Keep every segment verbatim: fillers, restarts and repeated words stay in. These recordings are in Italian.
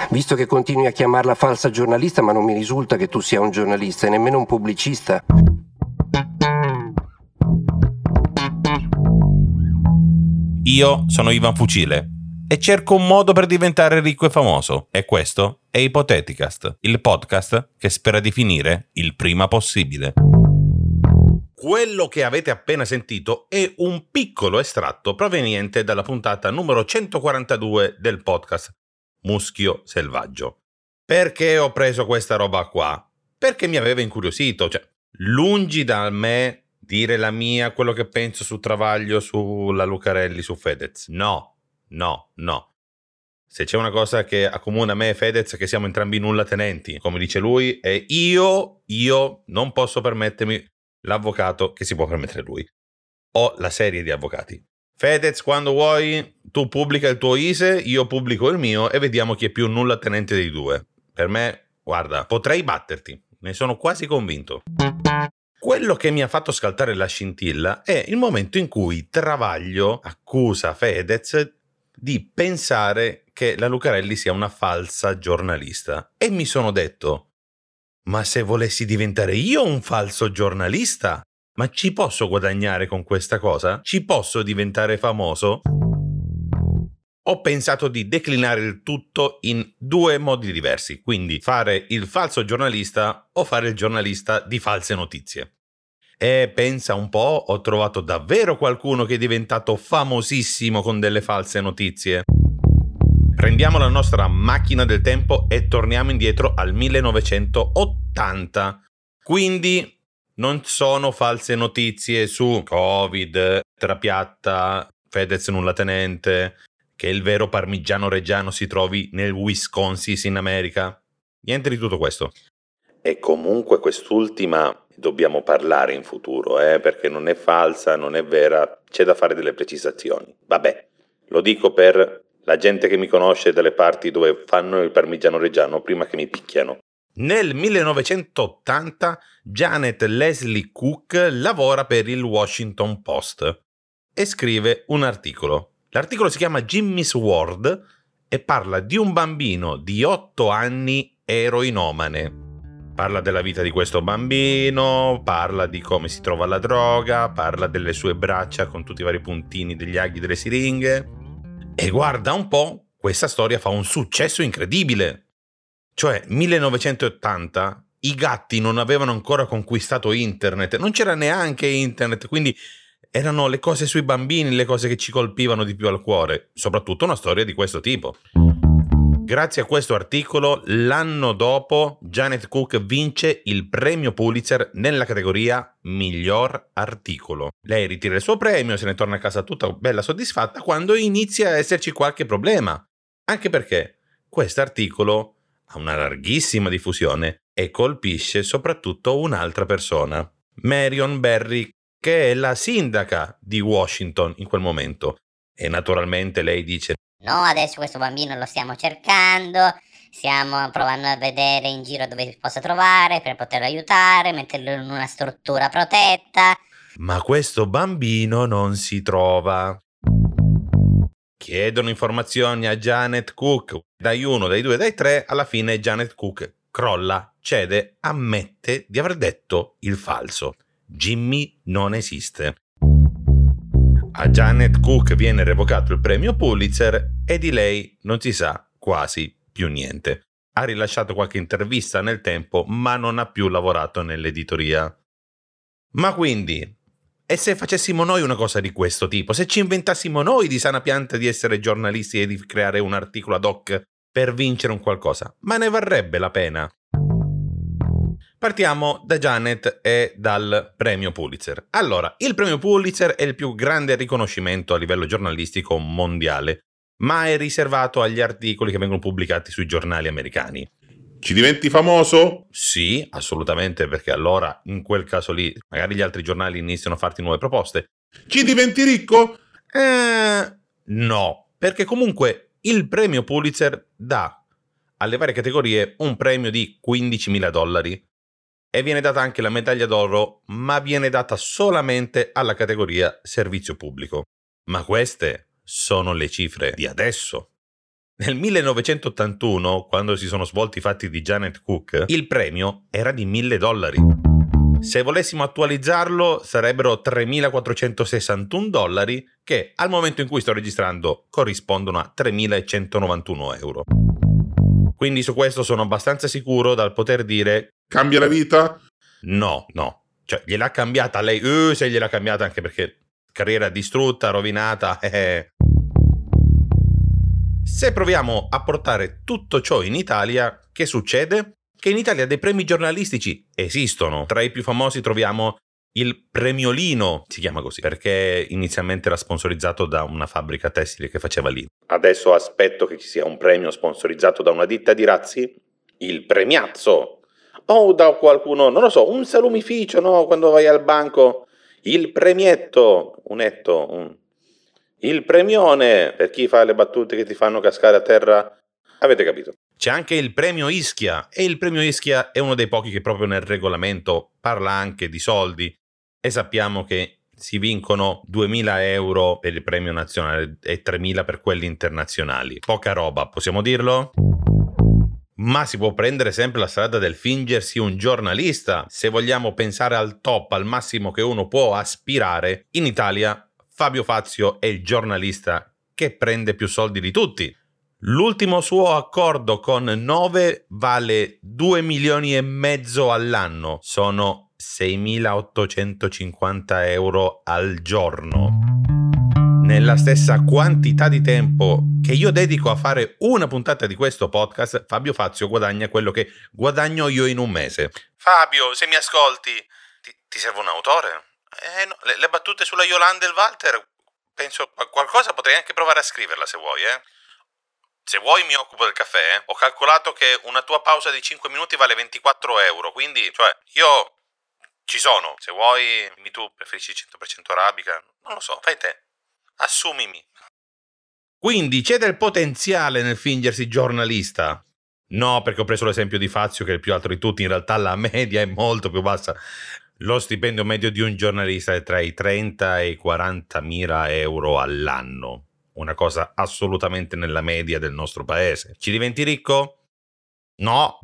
Visto che continui a chiamarla falsa giornalista, ma non mi risulta che tu sia un giornalista e nemmeno un pubblicista. Io sono Ivan Fucile e cerco un modo per diventare ricco e famoso, e questo è Ipoteticast, il podcast che spera di finire il prima possibile. Quello che avete appena sentito è un piccolo estratto proveniente dalla puntata numero centoquarantadue del podcast Muschio Selvaggio. Perché ho preso questa roba qua? Perché mi aveva incuriosito, cioè, lungi da me dire la mia, quello che penso su Travaglio, sulla Lucarelli, su Fedez. No, no, no. Se c'è una cosa che accomuna me e Fedez è che siamo entrambi nullatenenti, come dice lui, e io, io non posso permettermi l'avvocato che si può permettere lui. Ho la serie di avvocati. Fedez, quando vuoi, tu pubblica il tuo I S E, io pubblico il mio e vediamo chi è più nullatenente dei due. Per me, guarda, potrei batterti, ne sono quasi convinto. Quello che mi ha fatto scaltare la scintilla è il momento in cui Travaglio accusa Fedez di pensare che la Lucarelli sia una falsa giornalista. E mi sono detto, ma se volessi diventare io un falso giornalista, ma ci posso guadagnare con questa cosa? Ci posso diventare famoso? Ho pensato di declinare il tutto in due modi diversi, quindi fare il falso giornalista o fare il giornalista di false notizie. E pensa un po', ho trovato davvero qualcuno che è diventato famosissimo con delle false notizie. Prendiamo la nostra macchina del tempo e torniamo indietro al millenovecentottanta. Quindi non sono false notizie su Covid, trapiatta, Fedez nullatenente, che il vero parmigiano reggiano si trovi nel Wisconsin in America. Niente di tutto questo. E comunque quest'ultima dobbiamo parlare in futuro, eh, perché non è falsa, non è vera, c'è da fare delle precisazioni. Vabbè, lo dico per la gente che mi conosce dalle parti dove fanno il parmigiano reggiano prima che mi picchiano. Nel millenovecentottanta Janet Leslie Cook lavora per il Washington Post e scrive un articolo. L'articolo si chiama Jimmy's World e parla di un bambino di otto anni eroinomane. Parla della vita di questo bambino, parla di come si trova la droga, parla delle sue braccia con tutti i vari puntini degli aghi delle siringhe. E guarda un po', questa storia fa un successo incredibile. Cioè, millenovecentottanta, i gatti non avevano ancora conquistato internet, non c'era neanche internet, quindi erano le cose sui bambini le cose che ci colpivano di più al cuore, soprattutto una storia di questo tipo. Grazie a questo articolo, l'anno dopo, Janet Cook vince il premio Pulitzer nella categoria Miglior Articolo. Lei ritira il suo premio, se ne torna a casa tutta bella soddisfatta, quando inizia a esserci qualche problema. Anche perché questo articolo ha una larghissima diffusione e colpisce soprattutto un'altra persona, Marion Barry, che è la sindaca di Washington in quel momento. E naturalmente lei dice: no, adesso questo bambino lo stiamo cercando, stiamo provando a vedere in giro dove possa trovare per poterlo aiutare, metterlo in una struttura protetta. Ma questo bambino non si trova. Chiedono informazioni a Janet Cook, dai uno, dai due, dai tre, alla fine Janet Cook crolla, cede, ammette di aver detto il falso. Jimmy non esiste. A Janet Cook viene revocato il premio Pulitzer e di lei non si sa quasi più niente. Ha rilasciato qualche intervista nel tempo, ma non ha più lavorato nell'editoria. Ma quindi, e se facessimo noi una cosa di questo tipo? Se ci inventassimo noi di sana pianta di essere giornalisti e di creare un articolo ad hoc per vincere un qualcosa? Ma ne varrebbe la pena? Partiamo da Janet e dal premio Pulitzer. Allora, il premio Pulitzer è il più grande riconoscimento a livello giornalistico mondiale, ma è riservato agli articoli che vengono pubblicati sui giornali americani. Ci diventi famoso? Sì, assolutamente, perché allora, in quel caso lì, magari gli altri giornali iniziano a farti nuove proposte. Ci diventi ricco? Eh, no, perché comunque il premio Pulitzer dà alle varie categorie un premio di quindicimila dollari. E viene data anche la medaglia d'oro, ma viene data solamente alla categoria servizio pubblico. Ma queste sono le cifre di adesso. Nel millenovecentottantuno, quando si sono svolti i fatti di Janet Cook, il premio era di mille dollari. Se volessimo attualizzarlo sarebbero tremilaquattrocentosessantuno dollari, che al momento in cui sto registrando corrispondono a tremilacentonovantuno euro. Quindi su questo sono abbastanza sicuro dal poter dire: Cambia la vita? no, no. Cioè, gliel'ha cambiata lei, uh, se gliel'ha cambiata, anche perché carriera distrutta, rovinata, eh. Se proviamo a portare tutto ciò in Italia, che succede? Che in Italia dei premi giornalistici esistono. Tra i più famosi troviamo il Premiolino, si chiama così, perché inizialmente era sponsorizzato da una fabbrica tessile che faceva lì. Adesso aspetto che ci sia un premio sponsorizzato da una ditta di razzi, il Premiazzo. O da qualcuno, non lo so, un salumificio, no? Quando vai al banco, il Premietto, un etto, un... il Premione, per chi fa le battute che ti fanno cascare a terra, avete capito. C'è anche il premio Ischia, e il premio Ischia è uno dei pochi che proprio nel regolamento parla anche di soldi, e sappiamo che si vincono duemila euro per il premio nazionale e tremila per quelli internazionali. Poca roba, possiamo dirlo? Ma si può prendere sempre la strada del fingersi un giornalista. Se vogliamo pensare al top, al massimo che uno può aspirare, in Italia Fabio Fazio è il giornalista che prende più soldi di tutti. L'ultimo suo accordo con Nove vale due milioni e mezzo all'anno. Sono seimilaottocentocinquanta euro al giorno. Nella stessa quantità di tempo che io dedico a fare una puntata di questo podcast, Fabio Fazio guadagna quello che guadagno io in un mese. Fabio, se mi ascolti, ti, ti serve un autore? Eh no, le, le battute sulla Yolanda e il Walter, penso qualcosa potrei anche provare a scriverla se vuoi, eh. Se vuoi mi occupo del caffè, eh. Ho calcolato che una tua pausa di cinque minuti vale ventiquattro euro, quindi, cioè, io ci sono. Se vuoi, mi tu preferisci cento per cento arabica, non lo so, fai te. Assumimi. Quindi c'è del potenziale nel fingersi giornalista? No, perché ho preso l'esempio di Fazio, che è il più alto di tutti. In realtà la media è molto più bassa. Lo stipendio medio di un giornalista è tra i trenta e i quarantamila euro all'anno. Una cosa assolutamente nella media del nostro paese. Ci diventi ricco? No.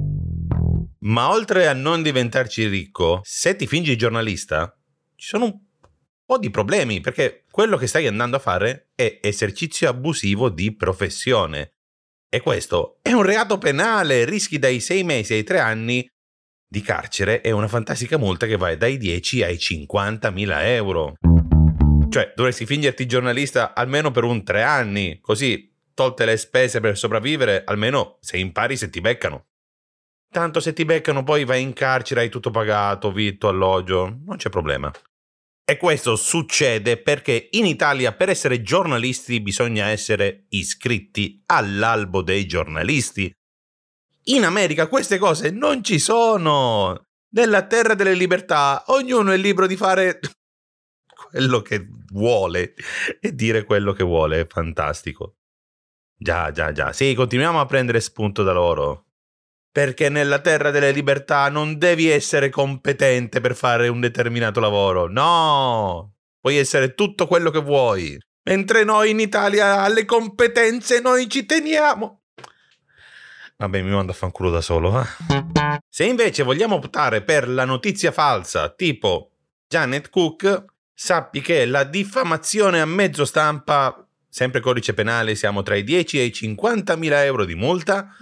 Ma oltre a non diventarci ricco, se ti fingi giornalista, ci sono un po' di problemi, perché quello che stai andando a fare è esercizio abusivo di professione. E questo è un reato penale, rischi dai sei mesi ai tre anni di carcere e una fantastica multa che va dai dieci ai cinquantamila euro. Cioè, dovresti fingerti giornalista almeno per un tre anni, così, tolte le spese per sopravvivere, almeno se impari se ti beccano. Tanto se ti beccano poi vai in carcere, hai tutto pagato, vitto, alloggio, non c'è problema. E questo succede perché in Italia per essere giornalisti bisogna essere iscritti all'albo dei giornalisti. In America queste cose non ci sono. Nella terra delle libertà ognuno è libero di fare quello che vuole e dire quello che vuole, è fantastico. Già, già, già. Sì, continuiamo a prendere spunto da loro. Perché nella terra delle libertà non devi essere competente per fare un determinato lavoro. No! Puoi essere tutto quello che vuoi. Mentre noi in Italia alle competenze noi ci teniamo. Vabbè, mi mando a fanculo da solo. Eh? Se invece vogliamo optare per la notizia falsa, tipo Janet Cook, sappi che la diffamazione a mezzo stampa, sempre codice penale, siamo tra i dieci e i cinquantamila euro di multa.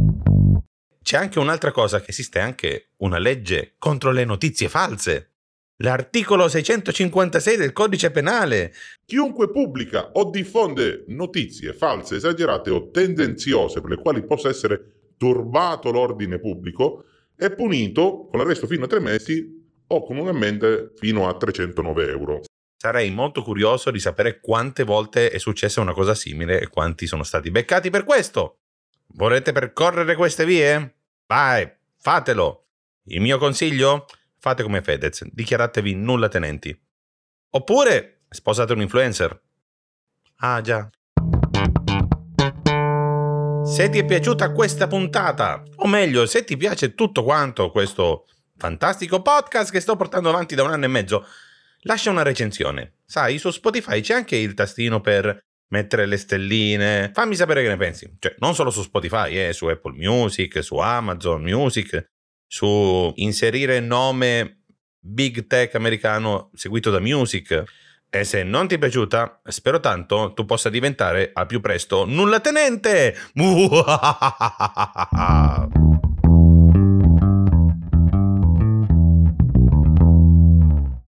C'è anche un'altra cosa, che esiste anche una legge contro le notizie false. L'articolo seicentocinquantasei del codice penale. Chiunque pubblica o diffonde notizie false, esagerate o tendenziose per le quali possa essere turbato l'ordine pubblico è punito con l'arresto fino a tre mesi o con un'ammenda fino a trecentonove euro. Sarei molto curioso di sapere quante volte è successa una cosa simile e quanti sono stati beccati per questo. Volete percorrere queste vie? Vai, fatelo. Il mio consiglio? Fate come Fedez, dichiaratevi nulla tenenti. Oppure sposate un influencer. Ah già. Se ti è piaciuta questa puntata, o meglio, se ti piace tutto quanto questo fantastico podcast che sto portando avanti da un anno e mezzo, lascia una recensione. Sai, su Spotify c'è anche il tastino per mettere le stelline. Fammi sapere che ne pensi. Cioè, non solo su Spotify, eh, su Apple Music, su Amazon Music, su inserire nome big tech americano seguito da music. E se non ti è piaciuta, spero tanto tu possa diventare al più presto nullatenente.